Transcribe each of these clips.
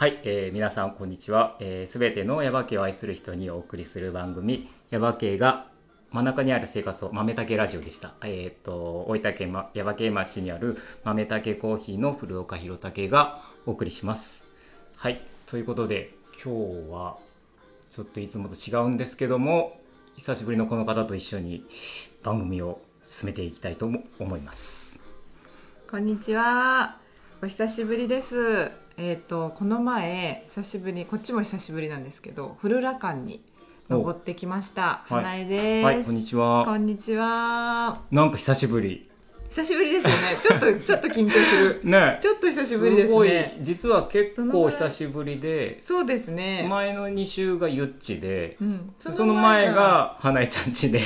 はい、皆さんこんにちは。すべての耶馬渓を愛する人にお送りする番組、耶馬渓が真ん中にある生活を豆竹ラジオでした。大分県耶馬渓町にある豆竹コーヒーの古岡弘武がお送りします。はい、ということで今日はちょっといつもと違うんですけども、久しぶりのこの方と一緒に番組を進めていきたいと思います。 こんにちは、お久しぶりです。この前久しぶり、こっちも久しぶりなんですけど、古羅漢に登ってきました。花江です。 はい、こんにちは。 こんにちは。 なんか久しぶりですよね。ちょっと緊張するね。 ちょっと久しぶりですね。 すごい、実は結構久しぶりで、 そうですね。 前の2週がゆっちで、 その前が花江ちゃんちで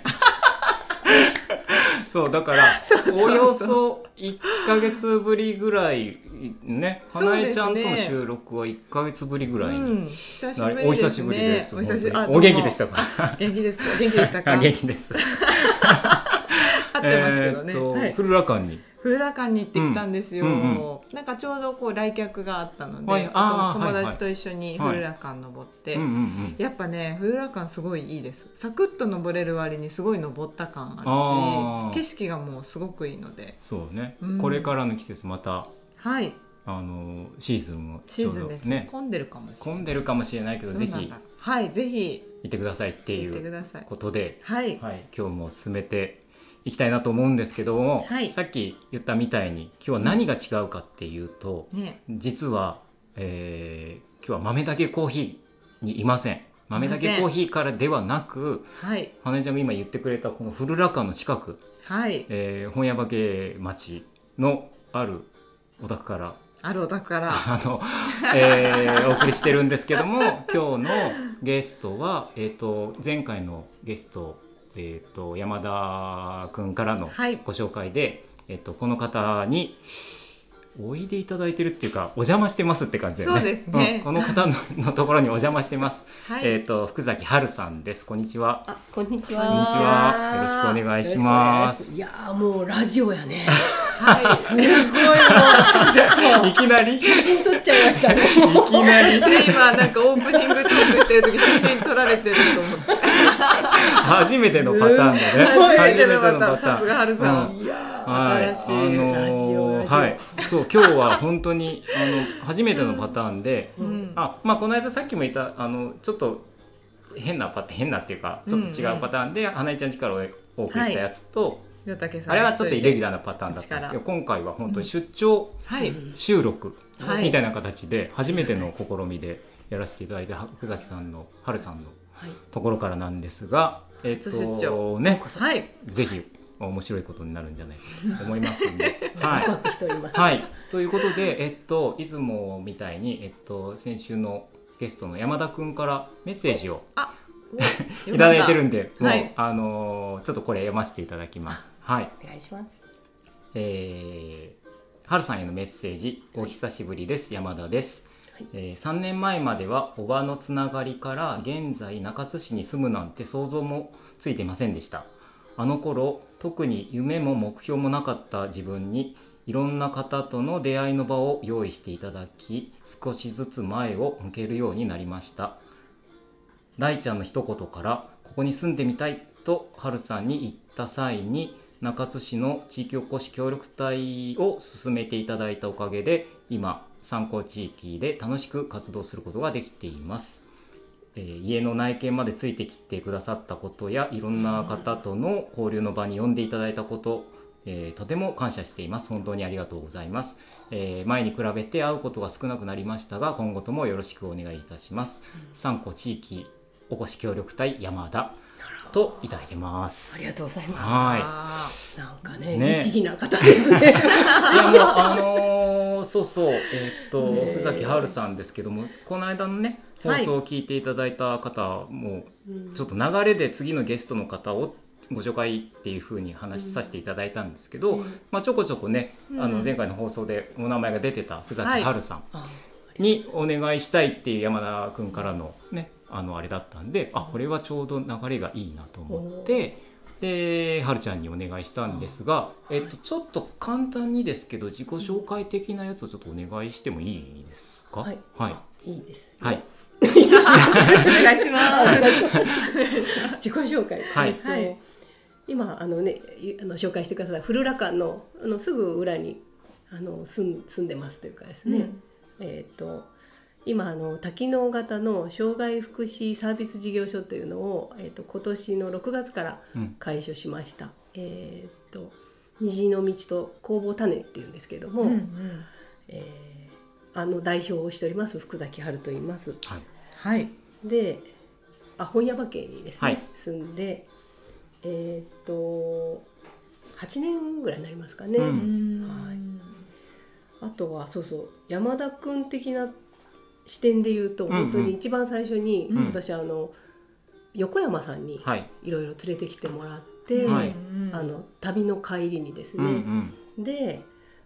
そうだからおよそ1ヶ月ぶりぐらいね、花江ちゃんとの収録は1ヶ月ぶりぐらいに、 久しぶりですね。 お久しぶりです。 お元気でしたか？ 元気です。元気でしたか？ 元気です合ってますけどね。 古羅漢に行ってきたんですよ。なんかちょうどこう来客があったので、友達と一緒に古羅漢登って、やっぱね、古羅漢すごいいいです。サクッと登れる割にすごい登った感あるし、景色がもうすごくいいので。 そうね、これからの季節また、 はい、 シーズンもちょうどね、混んでるかもしれないけど、ぜひ行ってくださいっていうことで、 はい、 今日も進めていきたいなと思うんですけども、さっき言ったみたいに今日は何が違うかっていうと、実は、今日は豆竹コーヒーにいません。豆竹コーヒーからではなく、花江ちゃんが今言ってくれたこの古羅漢の近く、本耶馬渓町のあるお宅からお送りしてるんですけども、今日のゲストは、前回のゲスト、山田くんからのご紹介で、この方においでいただいてるっていうか、お邪魔してますって感じでね。 そうですね、 この方 のところにお邪魔してます。福崎春さんです。こんにちは。 こんにちは。 よろしくお願いします。 いやもうラジオやね。すごい、もうちょっといきなり写真撮っちゃいましたね。 いきなり今なんかオープニングトークしてる時写真撮られてると思って。 初めてのパターンだね。 初めてのパターン。さすが春さん。 いや新しいラジオ。 そう、今日は本当に初めてのパターンで、この間さっきも言ったちょっと変なっていうかちょっと違うパターンで、花江ちゃんちからお送りしたやつと、あれはちょっとイレギュラーなパターンだったんですけど、今回は本当に出張収録みたいな形で初めての試みでやらせていただいて、福崎さんの春さんのところからなんですが、ぜひ面白いことになるんじゃないかと思いますのでということで、いつもみたいに、先週のゲストの山田くんからメッセージをいただいてるんで、もう、ちょっとこれ読ませていただきます。 お願いします。 春さんへのメッセージ。お久しぶりです。山田です。3年前までは叔母のつながりから現在中津市に住むなんて想像もついていませんでした。あの頃特に夢も目標もなかった自分にいろんな方との出会いの場を用意していただき、少しずつ前を向けるようになりました。大ちゃんの一言からここに住んでみたいと春さんに言った際に、中津市の地域おこし協力隊を進めていただいたおかげで今参考地域で楽しく活動することができています。家の内見までついてきてくださったことや、いろんな方との交流の場に呼んでいただいたこと、とても感謝しています。本当にありがとうございます。前に比べて会うことが少なくなりましたが、今後ともよろしくお願いいたします。参考地域おこし協力隊山田といただいてます。 ありがとうございます。なんかね、律儀な方ですね。いやもうそう福崎春さんですけども、この間のね放送を聞いていただいた方も、ちょっと流れで次のゲストの方をご紹介っていう風に話させていただいたんですけど、ちょこちょこね、前回の放送でお名前が出てた福崎春さんにお願いしたいっていう山田くんからのね、あれだったんで、これはちょうど流れがいいなと思って、で春ちゃんにお願いしたんですが、ちょっと簡単にですけど自己紹介的なやつをちょっとお願いしてもいいですか。 はい、 はい、 いいですよ。 はい、 お願いします自己紹介。 はい、 今紹介してくださったフルラカンのすぐ裏に住んでますというかですね。今多機能型の障害福祉サービス事業所というのを、今年の6月から開所しました。虹の道と工房種っていうんですけれども、代表をしております福崎春と言います。 はい。 で、本屋場家にですね、 はい、 住んで、8年ぐらいになりますかね。はい。あとはそう山田くん的な視点で言うと、本当に一番最初に私横山さんにいろいろ連れてきてもらって、旅の帰りにですね、で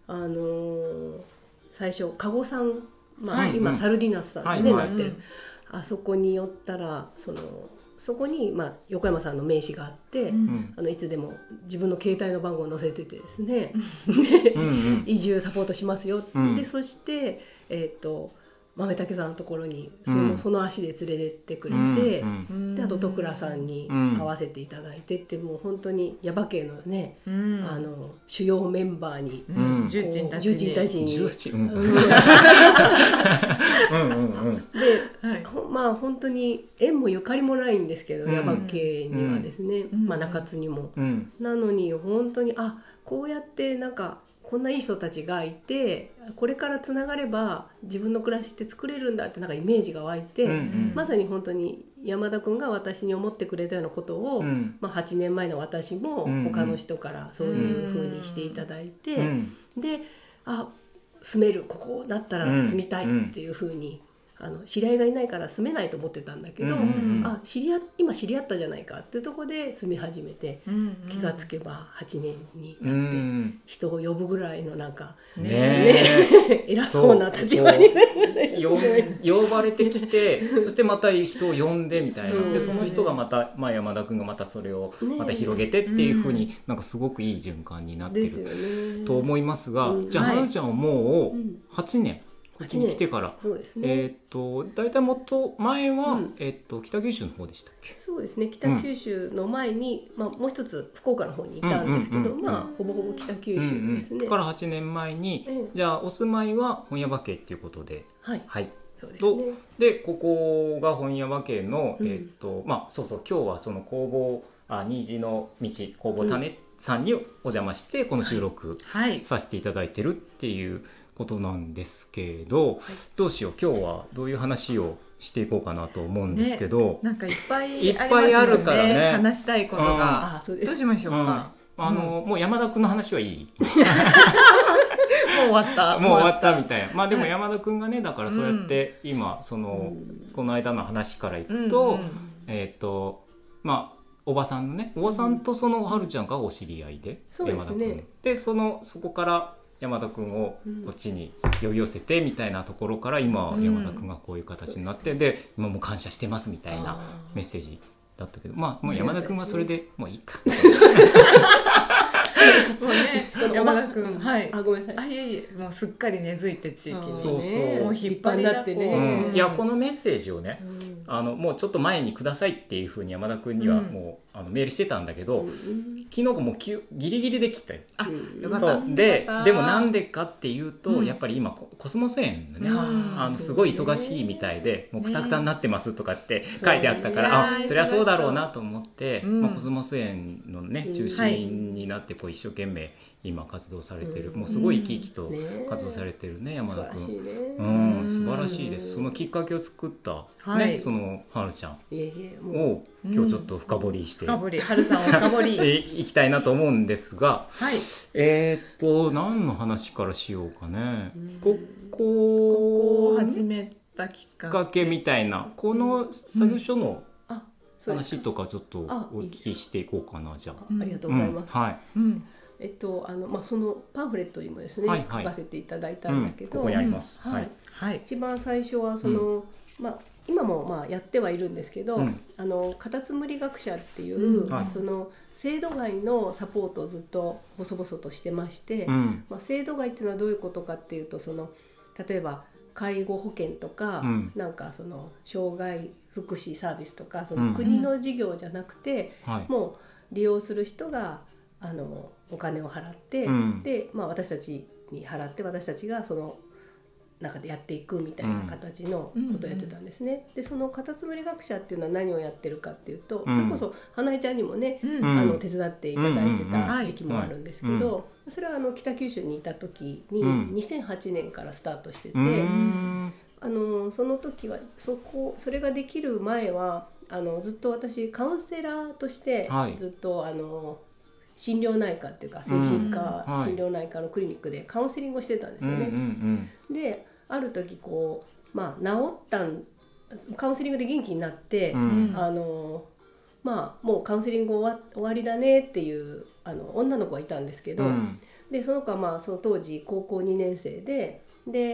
最初籠さん、今サルディナスさんでね、なってる、あそこに寄ったらそこに、横山さんの名刺があって、いつでも自分の携帯の番号を載せててですねで、移住サポートしますよ、でそして豆竹さんのところにその足で連れてってくれて、であと徳倉さんに会わせていただいてって、もう本当に耶馬渓のね、主要メンバーに、重鎮たちにで、本当に縁もゆかりもないんですけど、耶馬渓にはですね、中津にも、なのに本当にこうやってこんないい人たちがいて、これからつながれば自分の暮らしって作れるんだってイメージが湧いて、まさに本当に山田くんが私に思ってくれたようなことを、8年前の私も他の人からそういう風にしていただいて、で住める、ここだったら住みたいっていう風に、知り合いがいないから住めないと思ってたんだけど、今知り合ったじゃないかっていうところで住み始めて、気がつけば8年になって、人を呼ぶぐらいの偉そうな立場に呼ばれてきてそしてまた人を呼んでみたいな、でその人がまた、山田君がまたそれをまた広げてっていう風に、すごくいい循環になってると思いますが、じゃあはるちゃんはもう8年こっちに来てから、 そうですね、 だいたいもっと前は、北九州の方でしたっけ。 そうですね、北九州の前に、もう一つ福岡の方にいたんですけど、ほぼほぼ北九州ですね。 から8年前に、じゃあお住まいは本屋場家っていうことで、 そうですね。 でここが本屋場家の、今日はその工房虹の道工房種さんにお邪魔してこの収録させていただいてるっていうことなんですけど、どうしよう、今日はどういう話をしていこうかなと思うんですけど、 いっぱいあるからね、話したいことが、どうしましょうか。 もう山田くんの話はいいもう終わったみたいな。でも山田くんがね、だからそうやって今この間の話からいくと、おばさんのね、おばさんとはるちゃんがお知り合いで、山田くんでそこから山田くんをこっちに呼び寄せてみたいなところから、今山田くんがこういう形になって、で今も感謝してますみたいなメッセージだったけど、もう山田くんはそれでもういいかもうね、山田くん、 ごめんなさい。 いえ、もうすっかり根付いて地域に、 もう引っ張りだってね。 いや、このメッセージをね、もうちょっと前にくださいっていうふうに山田くんにはもうメールしてたんだけど、昨日がもうギリギリで切ったよ。 よかった。 でもなんでかっていうと、やっぱり今コスモス園のね、すごい忙しいみたいで、もうクタクタになってますとかって書いてあったから、そりゃそうだろうなと思って、コスモス園のね中心になって一生懸命今活動されてる、もうすごい生き生きと活動されてるね、山田くん。素晴らしいです。そのきっかけを作ったね、そのはるちゃんを今日ちょっと深掘りして、 はるさんを深掘りいきたいなと思うんですが、何の話からしようかね。ここを始めたきっかけみたいな、この作業所の話とかちょっとお聞きしていこうかな。じゃあありがとうございます。そのパンフレットにもですね、書かせていただいたんだけど、 ここにあります。 一番最初は今もやってはいるんですけど、カタツムリ学者っていうその制度外のサポートをずっと細々としてまして、制度外っていうのはどういうことかっていうと、例えば介護保険とか、なんかその障害福祉サービスとかその国の事業じゃなくて、もう利用する人がお金を払って、で、私たちに払って私たちがその中でやっていくみたいな形のことをやってたんですね。でそのカタツムリ学者っていうのは何をやってるかっていうと、それこそ花江ちゃんにもね、手伝っていただいてた時期もあるんですけど、それは北九州にいた時に2008年からスタートしてて、その時はそれができる前はずっと私カウンセラーとしてずっと心療内科っていうか精神科、心療内科のクリニックでカウンセリングをしてたんですよね。である時治ったカウンセリングで元気になって、もうカウンセリング終わりだねっていう女の子がいたんですけど、でその子はその当時高校2年生で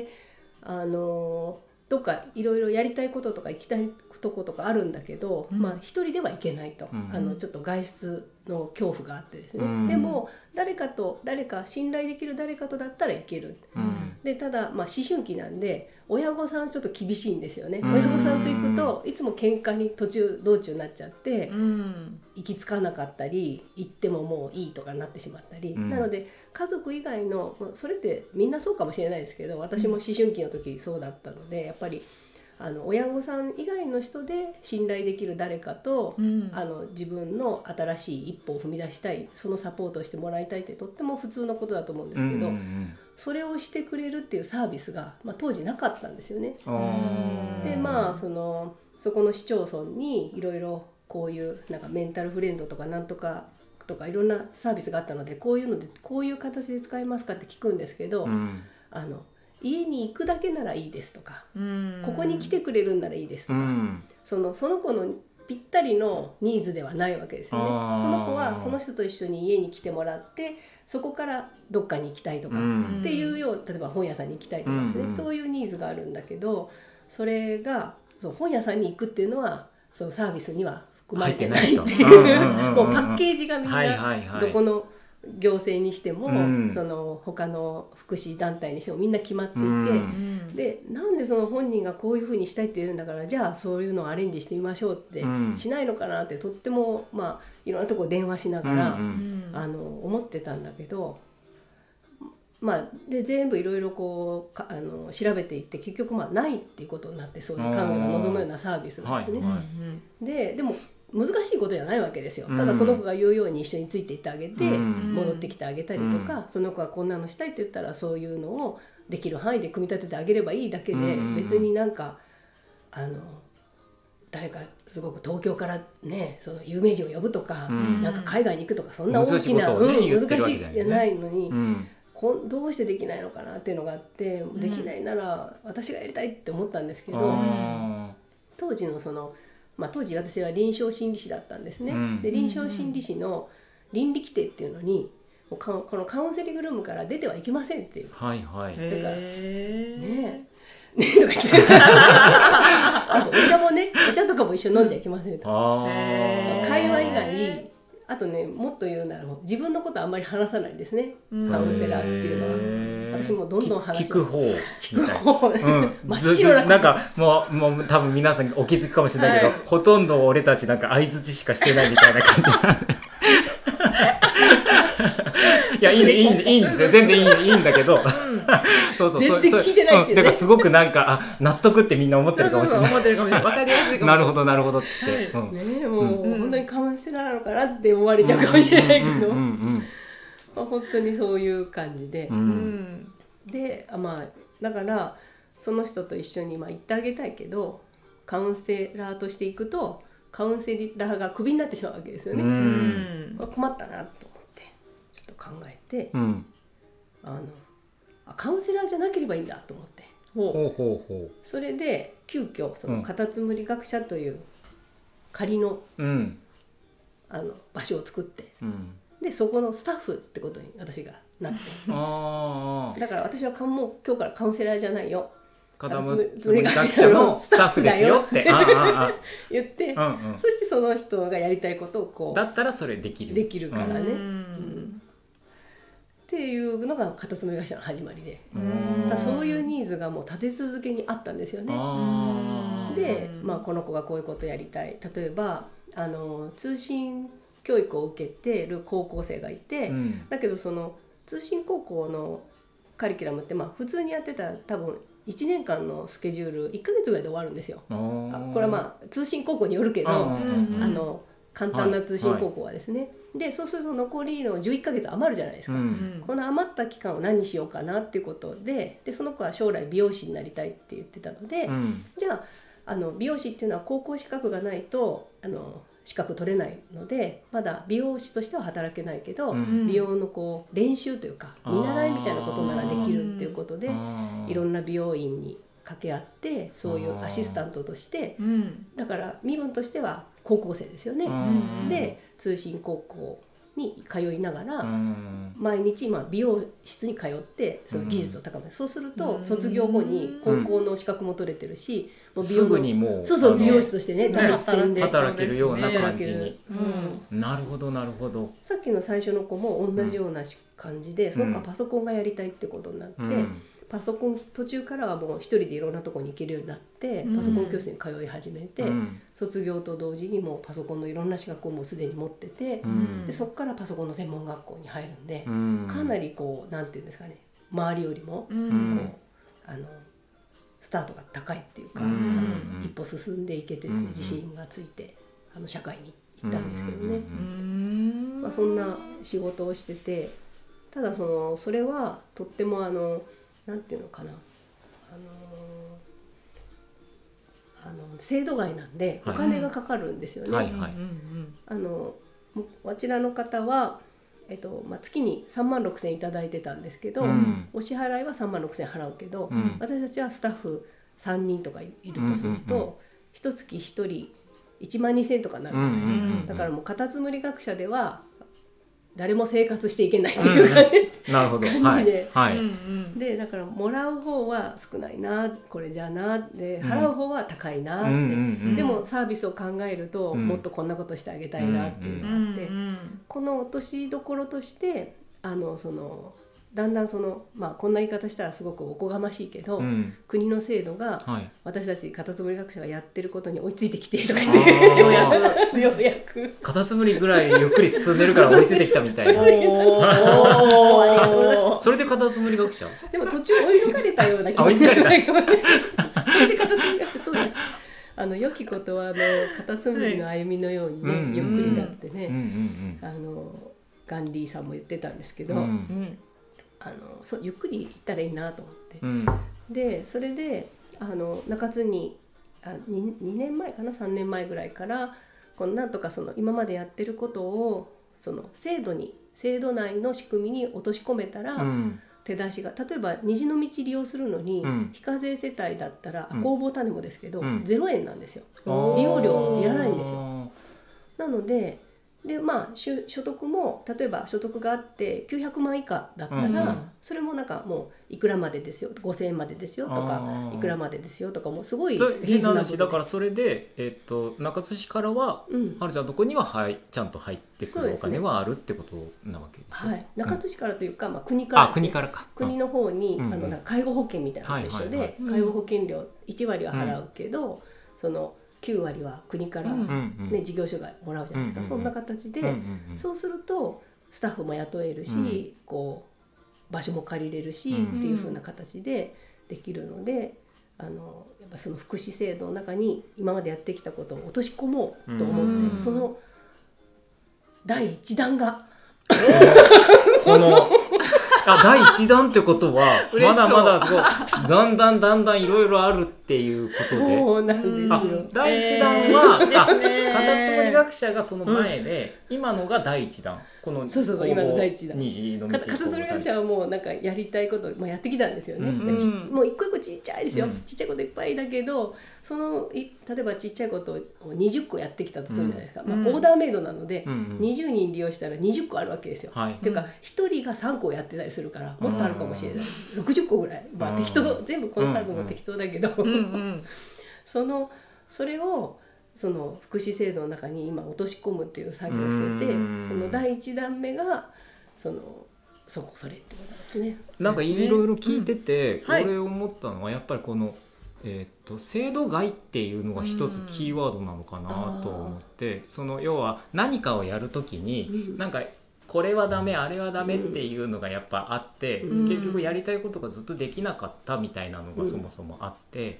どっかいろいろやりたいこととか行きたいとことかあるんだけど、一人では行けないと、ちょっと外出の恐怖があってですね、でも誰か信頼できる誰かとだったら行ける、でただ思春期なんで親御さんちょっと厳しいんですよね。親御さんと行くといつも喧嘩に道中になっちゃって、行き着かなかったり行ってももういいとかなってしまったり、なので家族以外のそれってみんなそうかもしれないですけど、私も思春期の時そうだったので、やっぱり親御さん以外の人で信頼できる誰かと、自分の新しい一歩を踏み出したい、そのサポートをしてもらいたいってとっても普通のことだと思うんですけど、それをしてくれるっていうサービスが、当時なかったんですよね。でそこの市町村にいろいろこういうなんかメンタルフレンドとかなんとかとかいろんなサービスがあったので、こういうのでこういう形で使えますかって聞くんですけど、家に行くだけならいいですとか、ここに来てくれるんならいいですとか、その子のぴったりのニーズではないわけですよね。その子はその人と一緒に家に来てもらって、そこからどっかに行きたいとかっていうよう、例えば本屋さんに行きたいとかですね、そういうニーズがあるんだけど、それが本屋さんに行くっていうのはそのサービスには含まれてないっていうもうパッケージがみんなどこの行政にしても、その他の福祉団体にしてもみんな決まっていて、でなんでその本人がこういうふうにしたいって言うんだから、じゃあそういうのをアレンジしてみましょうってしないのかなって、とってもいろんなとこ電話しながら、思ってたんだけど、で全部いろいろこう調べていって結局ないっていうことになって、そういう彼女が望むようなサービスなんですね。でも難しいことじゃないわけですよ。ただその子が言うように一緒についていってあげて、戻ってきてあげたりとか、その子がこんなのしたいって言ったらそういうのをできる範囲で組み立ててあげればいいだけで、別になんか誰かすごく東京からねその有名人を呼ぶとか、なんか海外に行くとか、そんな大きな難しいじゃないのに、どうしてできないのかなっていうのがあって、できないなら私がやりたいって思ったんですけど、当時の当時私は臨床心理士だったんですね。で臨床心理士の倫理規定っていうのに、このカウンセリングルームから出てはいけませんっていう。それからねとか言ってあとお茶とかも一緒に飲んじゃいけませんと。会話以外、あとねもっと言うなら自分のことあんまり話さないんですね、カウンセラーっていうのは。私もどんどん話聞く方真っ白ななんかもう多分皆さんお気づきかもしれないけど、ほとんど俺たちなんか相づちしかしてないみたいな感じなんでいやいいんですよ、全然いいんだけど、そう全然聞いてないってね、 だからすごくなんか納得ってみんな思ってるかもしれない。 思ってるかもしれない。わかりやすいかも。 なるほどって、 もう本当にカウンセラーなのかなって思われちゃうかもしれないけど、本当にそういう感じで、でだからその人と一緒に行ってあげたいけど、カウンセラーとして行くとカウンセラーがクビになってしまうわけですよね。これ困ったなと思ってちょっと考えて、カウンセラーじゃなければいいんだと思って、それで急遽そのカタツムリ学者という仮の、場所を作って、でそこのスタッフってことに私がなってだから私はもう今日からカウンセラーじゃないよ、 カタツムリ学者のスタッフですよって言って、そしてその人がやりたいことをこうだったらそれできるからね、 っていうのがカタツムリ会社の始まりで、だそういうニーズがもう立て続けにあったんですよね。で、この子がこういうことやりたい、例えば通信教育を受けてる高校生がいて、だけどその通信高校のカリキュラムって普通にやってたら多分1年間のスケジュール1ヶ月ぐらいで終わるんですよ。これは通信高校によるけど、簡単な通信高校はですね、でそうすると残りの11ヶ月余るじゃないですか、この余った期間を何にしようかなっていうことで、その子は将来美容師になりたいって言ってたので、じゃあ美容師っていうのは高校資格がないと資格取れないので、まだ美容師としては働けないけど、美容のこう練習というか見習いみたいなことならできるっていうことで、いろんな美容院に掛け合って、そういうアシスタントとして、だから身分としては高校生ですよね。で通信高校に通いながら、毎日美容室に通ってその技術を高める、そうすると卒業後に高校の資格も取れてるし、もう美容のすぐにもう美容師としてね、第一線で働けるような感じに、なるほどなるほど。 さっきの最初の子も同じような感じで、その子はパソコンがやりたいってことになって、パソコン途中からはもう一人でいろんなとこに行けるようになって、パソコン教室に通い始めて、卒業と同時にもうパソコンのいろんな資格をもうすでに持ってて、でそこからパソコンの専門学校に入るんで、かなりこうなんていうんですかね、周りよりもこうスタートが高いっていうか、一歩進んでいけてですね、自信がついて社会に行ったんですけどね、そんな仕事をしてて、ただそれはとってもなんていうのかな、制度外なんでお金がかかるんですよね。あちらの方は、月に3万6千いただいてたんですけど、お支払いは3万6千払うけど、私たちはスタッフ3人とかいるとすると、一月1人1万2千とかになるじゃないですか。だからもうカタツムリ学者では誰も生活していけないっていう感じで、でだからもらう方は少ないな、これじゃあな、で払う方は高いなって、でもサービスを考えると、もっとこんなことしてあげたいなっていうのがあって、この落としどころとしてだんだんこんな言い方したらすごくおこがましいけど、国の制度が私たちカタツムリ学者がやってることに追いついてきてとか言って、ようやくカタツムリぐらいゆっくり進んでるから追いついてきたみたいなそれでカタツムリ学者でも途中追い抜かれたような気がするそれでカタツムリ学者、そうです。良きことはカタツムリの歩みのようにね、ゆっくりだってね、ガンディさんも言ってたんですけど、そうゆっくり行ったらいいなと思って、でそれで中津に2年前かな、3年前ぐらいからなんとか今までやってることを制度内の仕組みに落とし込めたら、手出しが、例えば虹の道利用するのに、非課税世帯だったら工房種もですけど、0円なんですよ。利用料いらないんですよ。なので所得も例えば所得があって900万以下だったら、それももういくらまでですよ、5000円までですよとか、いくらまでですよとか、もうすごいリーズナブルで、 だからそれで、中津市からは、はるちゃんのとこにはちゃんと入ってくるお金はあるってことなわけですね。 中津市からというか、国からですね、 国からか、国の方に介護保険みたいなのと一緒で、介護保険料1割は払うけど、9割は国から、事業所がもらうじゃないですか、そんな形で、そうするとスタッフも雇えるし、場所も借りれるし、っていう風な形でできるので、やっぱその福祉制度の中に今までやってきたことを落とし込もうと思って、その第一弾が第一弾ってことはまだまだだんだんいろいろあるっていうことで、 そうなんですよ。 第一弾は、カタツムリ学者がその前で、今のが第一弾、このそう今の第一弾、 虹の道カタツムリ学者はもうやりたいこと、やってきたんですよね。もう一個一個ちっちゃいですよ、ちっちゃいこといっぱいだけど、例えばちっちゃいことを20個やってきたとするじゃないですか、オーダーメイドなので、20人利用したら20個あるわけですよ。っていうか1人が3個やってたりするから、もっとあるかもしれない、60個ぐらい、適当、全部この数も適当だけど、それを福祉制度の中に今落とし込むっていう作業をしてて、その第1弾目がそれってことですね。 なんかいろいろ聞いてて、 はい、 俺思ったのはやっぱりこの、制度外っていうのが一つキーワードなのかなと思って、その要は何かをやるときに、なんかこれはダメあれはダメっていうのがやっぱあって、結局やりたいことがずっとできなかったみたいなのがそもそもあって、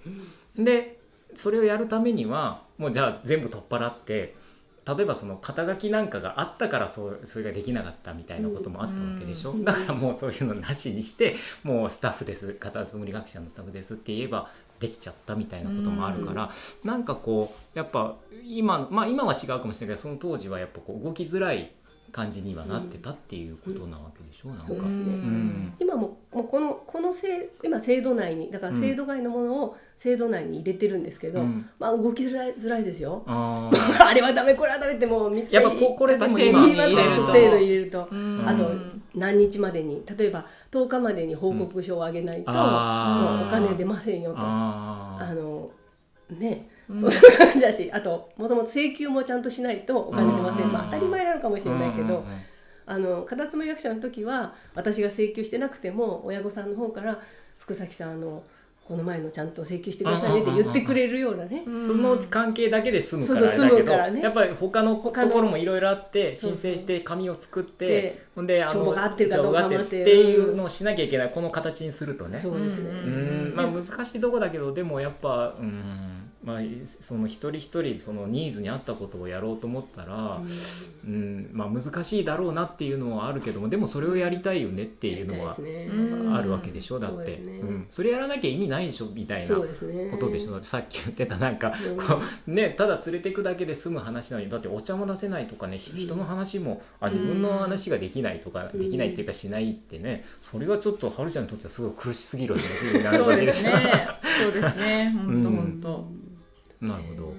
でそれをやるためにはもうじゃあ全部取っ払って、例えばその肩書きなんかがあったからそれができなかったみたいなこともあったわけでしょ。だからもうそういうのなしにしてもうスタッフですカタツムリ学者のスタッフですって言えばできちゃったみたいなこともあるから、なんかこうやっぱ今は違うかもしれないけど、その当時はやっぱこう動きづらい感じにはなってたっていうことなわけでしょ。なんかそうですね、今もうこの今制度内にだから制度外のものを制度内に入れてるんですけど、動きづらいですよ。あれはダメこれはダメってもうやっぱこれでも今制度入れると、あと何日までに例えば10日までに報告書を上げないと、もうお金出ませんよとね。そんな感じだし、あともともと請求もちゃんとしないとお金出ません。当たり前なのかもしれないけど、カタツムリ学者の時は私が請求してなくても親御さんの方から福崎さんこの前のちゃんと請求してくださいねって言ってくれるようなね、 その関係だけで済むからだけど、やっぱり他のところもいろいろあって申請して紙を作ってほんで帳簿が合ってるかどうか待ってっていうのをしなきゃいけない、この形にするとね。 そうですね。 難しいとこだけど、でもやっぱその一人一人そのニーズに合ったことをやろうと思ったら、難しいだろうなっていうのはあるけども、でもそれをやりたいよねっていうのはあるわけでしょ。だって それやらなきゃ意味ないでしょみたいなことでしょ。だってさっき言ってたなんかこう、ね、ただ連れていくだけで済む話なのに、だってお茶も出せないとかね、人の話も自分の話ができないとか、できないっていうかしないってね、それはちょっとはるちゃんにとってはすごい苦しすぎる話になるわけでしょ。 そうですね本当なるほど。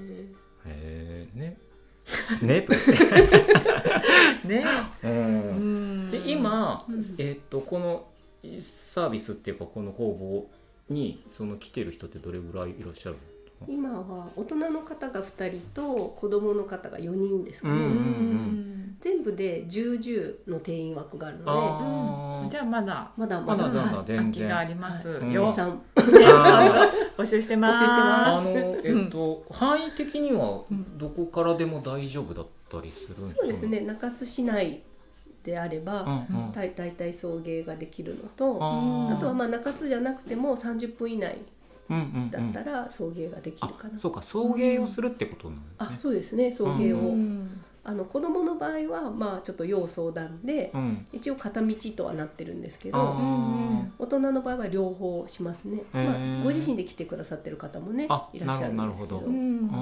ねとですね。で今、このサービスっていうかこの工房に来てる人ってどれぐらいいらっしゃるの？ 今は大人の方が2人と子供の方が4人ですかね。全部で10の定員枠があるので、じゃあまだ全然空きがありますよ。募集してます。 範囲的にはどこからでも大丈夫だったりするんですか？ そうですね、中津市内であればだいたい送迎ができるのと、あとは中津じゃなくても30分以内だったら送迎ができるかな。 そうか、送迎をするってことなんですね。 そうですね、送迎を。子どもの場合はちょっと要相談で、一応片道とはなってるんですけど、大人の場合は両方しますね。ご自身で来てくださってる方もねいらっしゃるんですけど、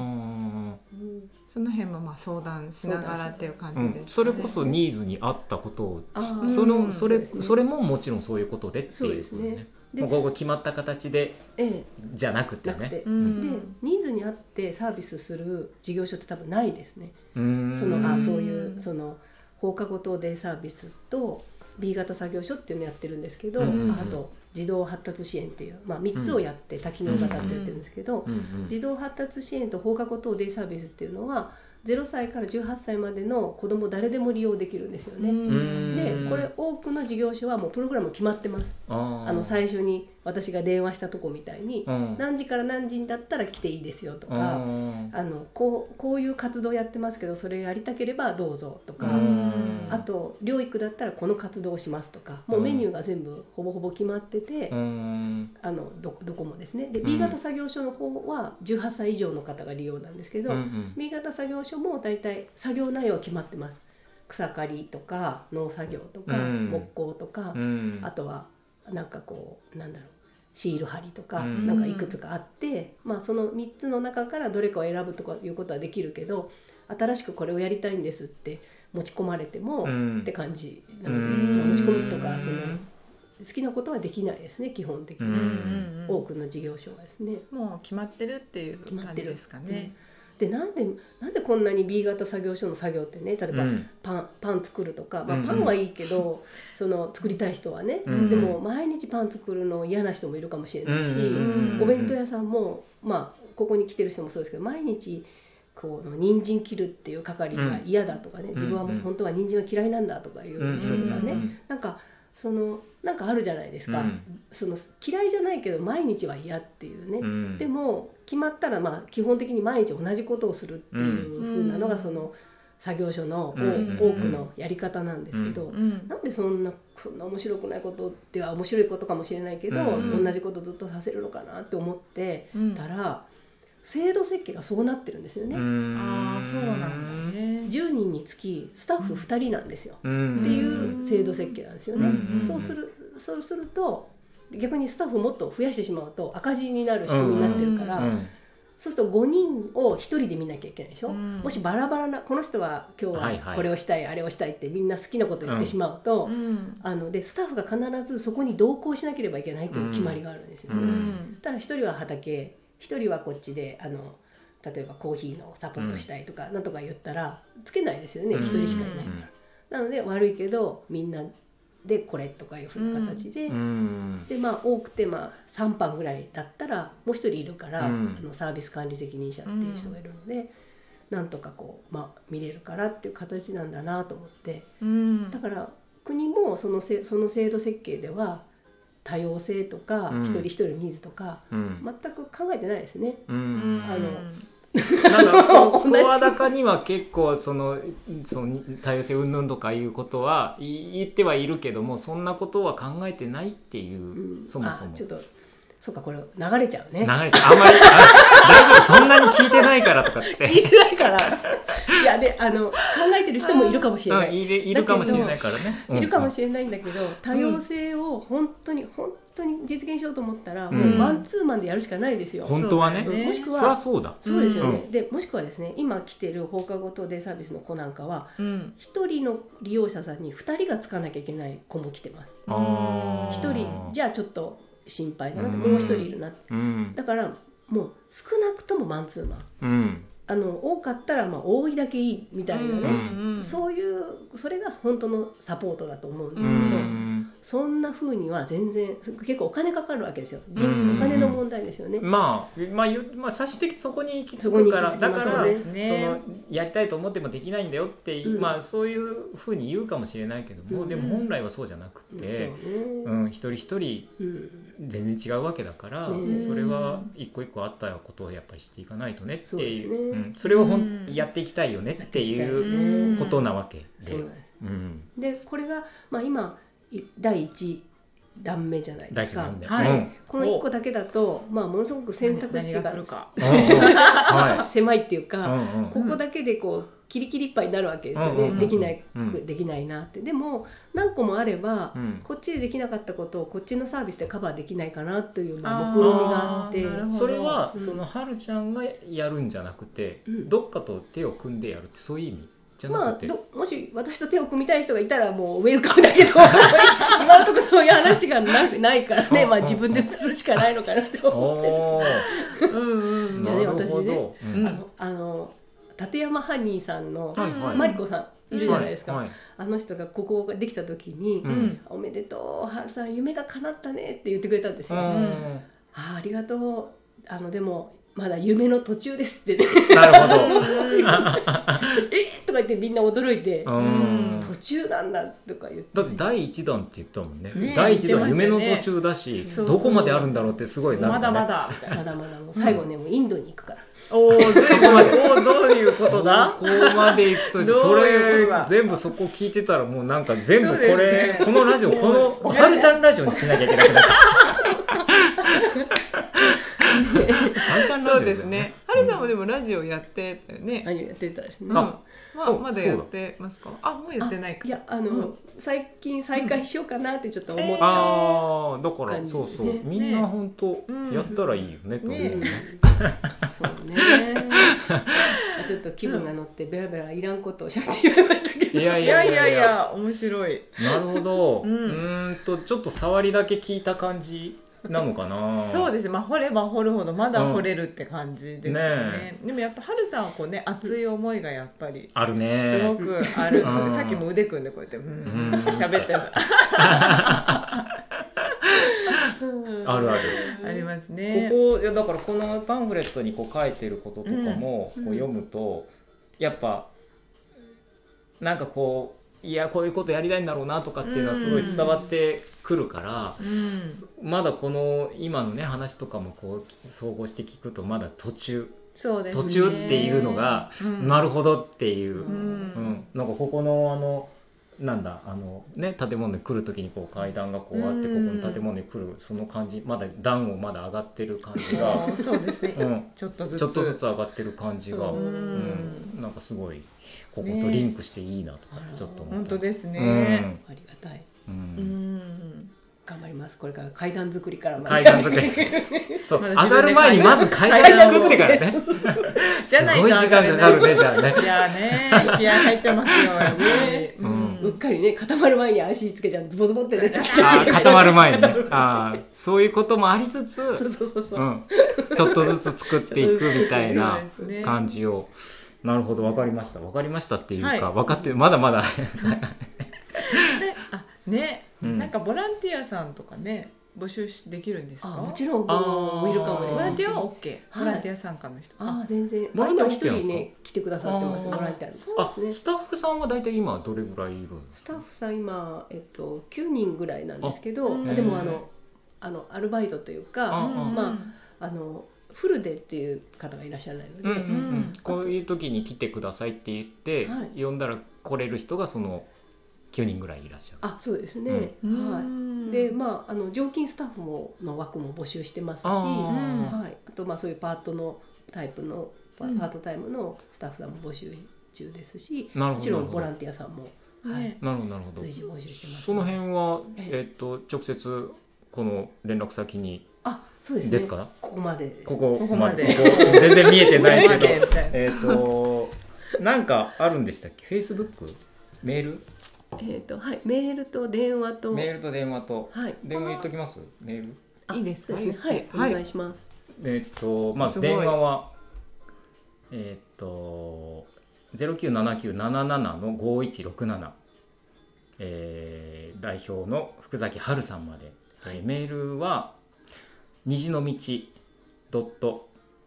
その辺も相談しながらっていう感じで、 それこそニーズに合ったことをそれももちろんそういうことでっていうことね。もうここ決まった形でじゃなくてね。 でニーズに合ってサービスする事業所って多分ないですね。そういう放課後等デイサービスと B 型作業所っていうのをやってるんですけど、あと児童発達支援っていう、3つをやって多機能型ってやってるんですけど、児童発達支援と放課後等デイサービスっていうのは0歳から18歳までの子ども誰でも利用できるんですよね。でこれ多くの事業所はもうプログラム決まってます。最初に私が電話したとこみたいに、何時から何時だったら来ていいですよとか、こういう活動やってますけどそれやりたければどうぞとか、あと療育だったらこの活動をしますとか、もうメニューが全部ほぼほぼ決まってて、どこもですね。で B 型作業所の方は18歳以上の方が利用なんですけど、B 型作業所もだいたい作業内容は決まってます。草刈りとか農作業とか木工とか、あとはシール貼りとかいくつかあって、その3つの中からどれかを選ぶとかいうことはできるけど、新しくこれをやりたいんですって持ち込まれてもって感じなので、持ち込むとか好きなことはできないですね、基本的に。多くの事業所はですね、 もう決まってるっていう感じですかね。 でなんでこんなに B 型作業所の作業ってね、例えばパン作るとか、パンはいいけど作りたい人はね、でも毎日パン作るの嫌な人もいるかもしれないし、お弁当屋さんもここに来てる人もそうですけど、毎日人参切るっていう係が嫌だとかね、自分は本当は人参は嫌いなんだとかいう人とかね、 なんかあるじゃないですか、嫌いじゃないけど毎日は嫌っていうね、でも決まったら基本的に毎日同じことをするっていう風なのが作業所の多くのやり方なんですけど、なんでそんな面白くないことっては面白いことかもしれないけど、同じことずっとさせるのかなって思ってたら、制度設計がそうなってるんですよね。 そうなんだね。 10人につきスタッフ2人なんですよ、っていう制度設計なんですよね。そうすると逆にスタッフもっと増やしてしまうと赤字になる仕組みになってるから、そうすると5人を1人で見なきゃいけないでしょ、もしバラバラなこの人は今日はこれをしたい、あれをしたいってみんな好きなこと言ってしまうと、でスタッフが必ずそこに同行しなければいけないという決まりがあるんですよね。ただ1人は畑、1人はこっちで例えばコーヒーのサポートしたいとかなんとか言ったらつけないですよね、1人しかいないから。なので悪いけどみんなでこれとかいうふうな形で、で多くて3班ぐらいだったらもう一人いるから、サービス管理責任者っていう人がいるので、なんとか見れるからっていう形なんだなと思って、だから国もその制度設計では多様性とか、一人一人のニーズとか、全く考えてないですね。 なんか声高には結構その多様性云々とかいうことは言ってはいるけども、そんなことは考えてないっていう、そもそもちょっとそうか、これ流れちゃうね。 流れちゃう、あんまり大丈夫、そんなに聞いてないからとかって聞いてないからいやで考えてる人もいるかもしれない、 いるかもしれないからね、 いるかもしれないんだけど、多様性を本当に実現しようと思ったら、もうマンツーマンでやるしかないですよ、 本当はね。 もしくはそりゃそうだ、 そうですよね。でもしくはですね、今来てる放課後等デイサービスの子なんかは、1人の利用者さんに2人がつかなきゃいけない子も来てます。1人じゃあちょっと心配だなって、もう1人いるなって、だからもう少なくともマンツーマン、多かったら多いだけいいみたいなね、それが本当のサポートだと思うんですけど、そんな風には全然結構お金かかるわけですよ。お金の問題ですよね。 最終的にそこに行き着くから、だからそのやりたいと思ってもできないんだよって、そういう風に言うかもしれないけども、でも本来はそうじゃなくて、一人一人全然違うわけだから、それは一個一個あったことをやっぱりしていかないとねっていう、それをやっていきたいよねっていうことなわけで、 そうなんです。でこれが今第1段目じゃないですか。この1個だけだと、ものすごく選択肢が狭いっていうか、ここだけでキリキリいっぱいになるわけですよね。できないなって。でも何個もあれば、こっちでできなかったことをこっちのサービスでカバーできないかなという目論みがあって、 それははるちゃんがやるんじゃなくて、どっかと手を組んでやるってそういう意味じゃなくて、 もし私と手を組みたい人がいたらもうウェルカムだけど今のところそういう話がないからね、自分でするしかないのかなって思ってる。 なるほど。 立山ハニーさんのマリコさんいるじゃないですか。あの人がここができた時に、おめでとうはるさん夢が叶ったねって言ってくれたんですよ。ありがとう、でもまだ夢の途中ですってね。 なるほどとか言ってみんな驚いて、途中なんだとか言って、 だって第1弾って言ったもんね。第1弾夢の途中だし、どこまであるんだろうってすごいまだまだもう最後ね、もうインドに行くから。 そこまでどういうことだ。 ここまで行くと、それ全部そこ聞いてたらもうなんか全部このラジオ、このはるちゃんラジオにしなきゃいけなくなっちゃう。 そうですね。はるさんもでもラジオやってたよね。 ラジオやってたですね。 まだやってますか。もうやってないか。 いや最近再開しようかなってちょっと思った。 だからそうみんな本当やったらいいよねと思うね。 そうね。ちょっと気分が乗ってベラベラいらんことをしゃべってしまいましたけど。 いや面白い。 なるほど。ちょっと触りだけ聞いた感じなのかな。 そうですね。掘れば掘るほどまだ掘れるって感じですよね。でもやっぱはるさんは熱い思いがやっぱりあるね。 すごくあるので、さっきも腕組んでこうやって喋ってた。 あるある。 ありますね。 だからこのパンフレットに書いてることとかも読むと、やっぱなんかいやこういうことやりたいんだろうなとかっていうのはすごい伝わってくるから、まだこの今のね話とかもこう総合して聞くとまだ途中、 そうですね、 途中っていうのが、なるほどっていう、なんかここのなんだね、建物に来る時にこう階段がこうあってここの建物に来るその感じ、まだ段をまだ上がってる感じがそうですね、ちょっとずつ上がってる感じが、なんかすごいこことリンクしていいなとかってちょっと思った。 本当ですね、 ありがたい、 頑張ります。これから階段作りから階段作りそう上がる前にまず階段作ってからねじゃないとすごい時間かかるねじゃあね。 いやね気合入ってますようっかりね固まる前に足つけちゃうズボズボって出て固まる前にねそういうこともありつつそうちょっとずつ作っていくみたいな感じをなるほど分かりましたっていうか、分かってまだまだね、なんかボランティアさんとかね募集できるんですか？ もちろんウィルカムです。 ボランティアは OK、ボランティア参加の人全然今一人ね来てくださってます。ボランティアそうですね。スタッフさんは大体今どれぐらいいるんですか？ スタッフさん今9人ぐらいなんですけど、でもアルバイトというかフルでっていう方がいらっしゃらないので、 こういう時に来てくださいって言って呼んだら来れる人がその9人ぐらいいらっしゃる。 そうですね、で常勤スタッフの枠も募集してますし、あとそういうパートのタイプのパートタイムのスタッフさんも募集中ですし、もちろんボランティアさんもなるほど随時募集してます。 その辺は直接この連絡先にそうですね。 ですか？ ここまでです。 ここまで全然見えてないけどなんかあるんでしたっけ？ Facebook？ メール？ メールと電話と電話言っときます？メールいいですね。お願いします。 まず電話は097977-5167代表の福崎春さんまで、メールは虹の道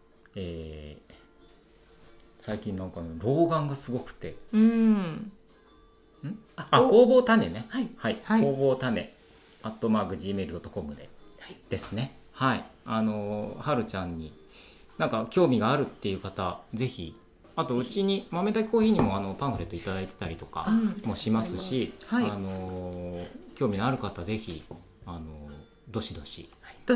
最近なんか老眼がすごくて工房種ね工房種@gmail.com ですね。はるちゃんになんか興味があるっていう方ぜひ、あとうちに豆炊きコーヒーにもパンフレットいただいてたりとかもしますし、興味のある方ぜひどしどしお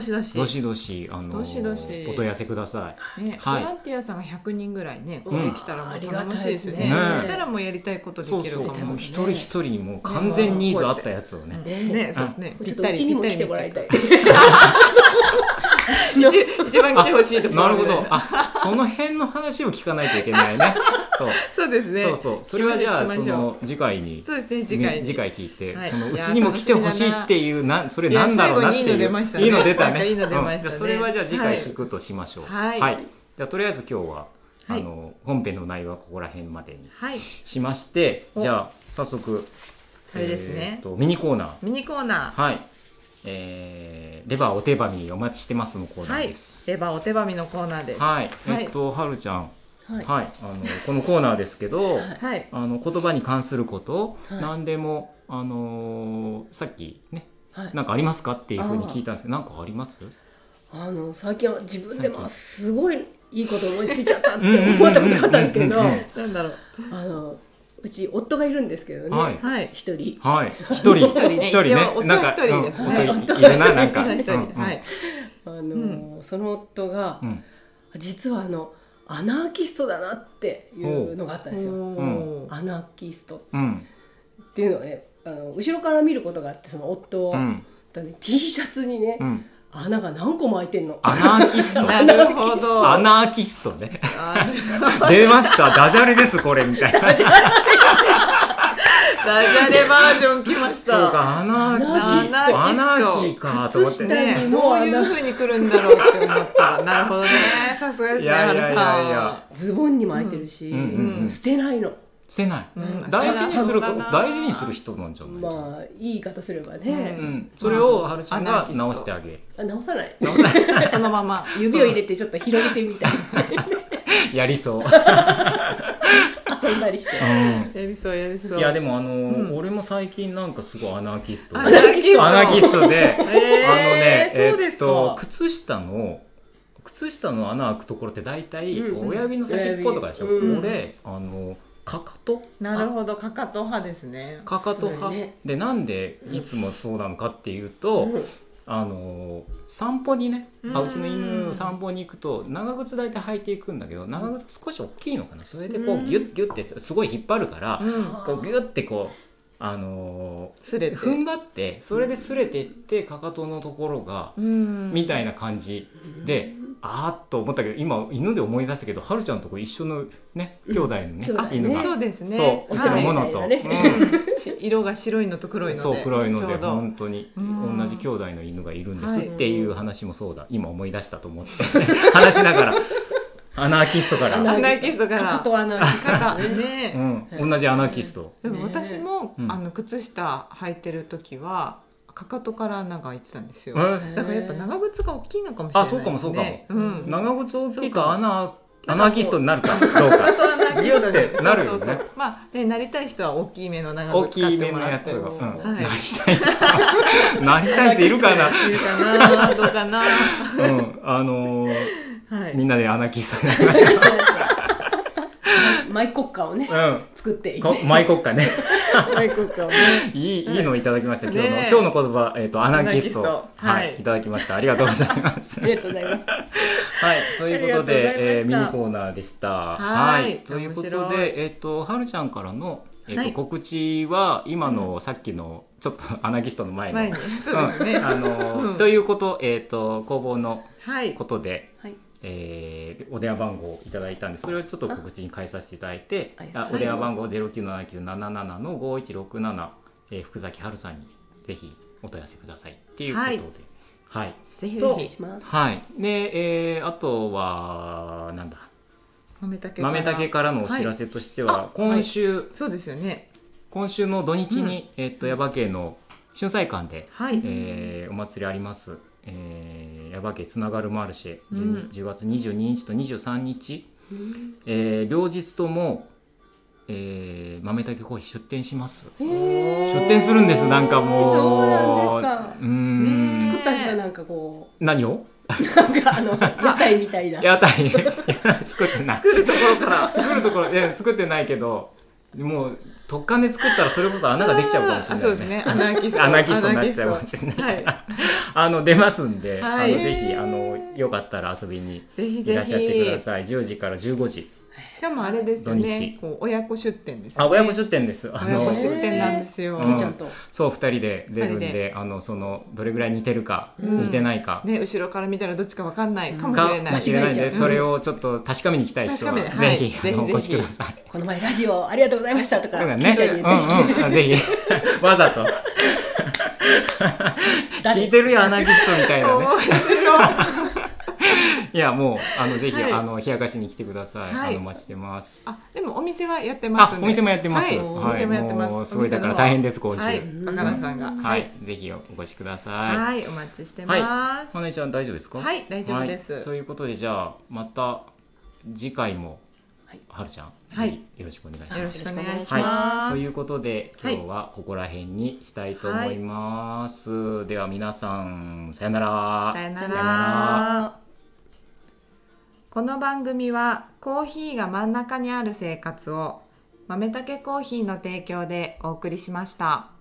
問い合わせください。 ボランティアさんが100人ぐらいね、ここに来たらもう頼もしいですね。そしたらもうやりたいことできるかも。 一人一人にもう完全ニーズあったやつをね。 そうですね。 ちょっとうちにも来てもらいたい。 一番来てほしいところ。 なるほど。その辺の話を聞かないといけないね。 そうですね。 それはじゃあその次回にそうですね。次回聞いて、そのうちにも来てほしいっていうそれなんだろうなっていう。いいの出たね。それはじゃあ次回聞くとしましょう。じゃあとりあえず今日は本編の内容はここら辺までにしまして、じゃあ早速あれですね。 ミニコーナー。レバーお手紙お待ちしてますのコーナーです。 レバーお手紙のコーナーです。 はるちゃん、このコーナーですけど、言葉に関すること、何でもさっきね、なんかありますかっていうふうに聞いたんですけど、なんかあります？ 最近は自分でもすごいいいこと思いついちゃったって思ったことがあったんですけど、 なんだろう。 うち夫がいるんですけどね、一人ね、 なんかいるな、なんかその夫が実はアナーキストだなっていうのがあったんですよ。アナーキストっていうのはね、後ろから見ることがあって、その夫はT シャツにね穴が何個も開いてんの。 アナーキスト。 なるほど。 アナーキストね。出ました。ダジャレですこれみたいな。ダジャレバージョン来ました。 そうか、アナーキーかと思ってね。どういう風に来るんだろうって思ったら、なるほどね。さすがですね、はるさん。ズボンにも開いてるし、捨てないの。 捨てない。大事にする人なんじゃない？ まあいい言い方すればね。 それをはるちゃんが直してあげる。 直さない。 そのまま指を入れてちょっと広げてみたい。 やりそう。 遊んだりして、 やりそうやりそう。 いやでも俺も最近なんかすごいアナーキストで、 アナーキストねそうですか。 靴下の穴開くところって大体親指の先っぽとかでしょ。俺かかと、 なるほど、かかと派ですね。 かかと派で、なんでいつもそうなのかっていうと、散歩にね、うちの犬散歩に行くと長靴大体履いていくんだけど、長靴少し大きいのかな、それでこうギュッギュッってすごい引っ張るから、こうギュッてこうすれて踏ん張って、それですれてってかかとのところがみたいな感じで、あーっと思ったけど、今犬で思い出したけど、はるちゃんとこ一緒のね兄弟のね、犬がそうですね、 そうお白物と、 色が白いのと黒いので、 そう黒いので本当に同じ兄弟の犬がいるんですっていう話もそうだ、今思い出したと思って話しながらアナーキストからかかかとアナーキストね、 同じアナーキスト。 でも私も靴下履いてる時はかかとから穴が開いてたんですよ。だからやっぱ長靴が大きいのかもしれないですね。 そうかもそうかも。長靴大きいとアナーキストになるかどうか。 かかとアナーキストってなるよね。 まあでなりたい人は大きめの長靴買ってもらって。 大きめのやつが。なりたい人。なりたい人いるかな。 いるかな、どうかな。 みんなでアナーキストになりましょう。 マイ国家をね、作っていて、 マイ国家ね。 マイ国家をね。 いいのいただきました。今日の言葉、アナーキスト、いただきました。ありがとうございます。 ありがとうございます。 はい、ということでミニコーナーでした。はい、ということではるちゃんからの告知は今のさっきのちょっとアナーキストの前のということ、工房のことで。お電話番号をいただいたんで、それをちょっと告知に変えさせていただいて、お電話番号 097977-5167、福崎春さんにぜひお問い合わせくださいっていうことで、はい、 ぜひお願いします。 はい。で、あとはなんだ、豆竹からのお知らせとしては、今週、 そうですよね。 今週の土日に耶馬渓の春菜館でお祭りあります。耶馬渓つながるマルシェ、10月22日と23日、両日とも、豆竹コーヒー出店します。出店するんです。なんかもう、 そうなんですか。作ったんですか、なんかこう。 何を？ なんか屋台みたいな。 屋台作ってない。 作るところから作ってないけど、もう突貫で作ったらそれこそ穴ができちゃうかもしれないね。 そうですね。アナーキストになっちゃうかもしれないから、出ますんで、ぜひよかったら遊びにいらっしゃってください。10時から15時。 しかもあれですよね。親子出店です。 親子出店です。 親子出店なんですよ。 そう、2人で出るんで、どれぐらい似てるか似てないか、 後ろから見たらどっちかわかんないかもしれない。 んで、それをちょっと確かめに来たい人はぜひお越しください。 この前ラジオありがとうございましたとか聞いちゃうね。ぜひわざと聞いてるよアナギストみたいなね。いやもうぜひ冷やかしに来てください。お待ちしてます。 でもお店はやってます。 お店もやってます。 お店もやってます。 すごいだから大変です今週。 若菜さんが。 はい、ぜひお越しください。 はい、お待ちしてます。 花江ちゃん大丈夫ですか？ はい、大丈夫です。 ということでじゃあまた次回もはるちゃんよろしくお願いします。 よろしくお願いします。 ということで今日はここら辺にしたいと思います。では皆さんさよなら。 さよなら。この番組はコーヒーが真ん中にある生活を豆たけコーヒーの提供でお送りしました。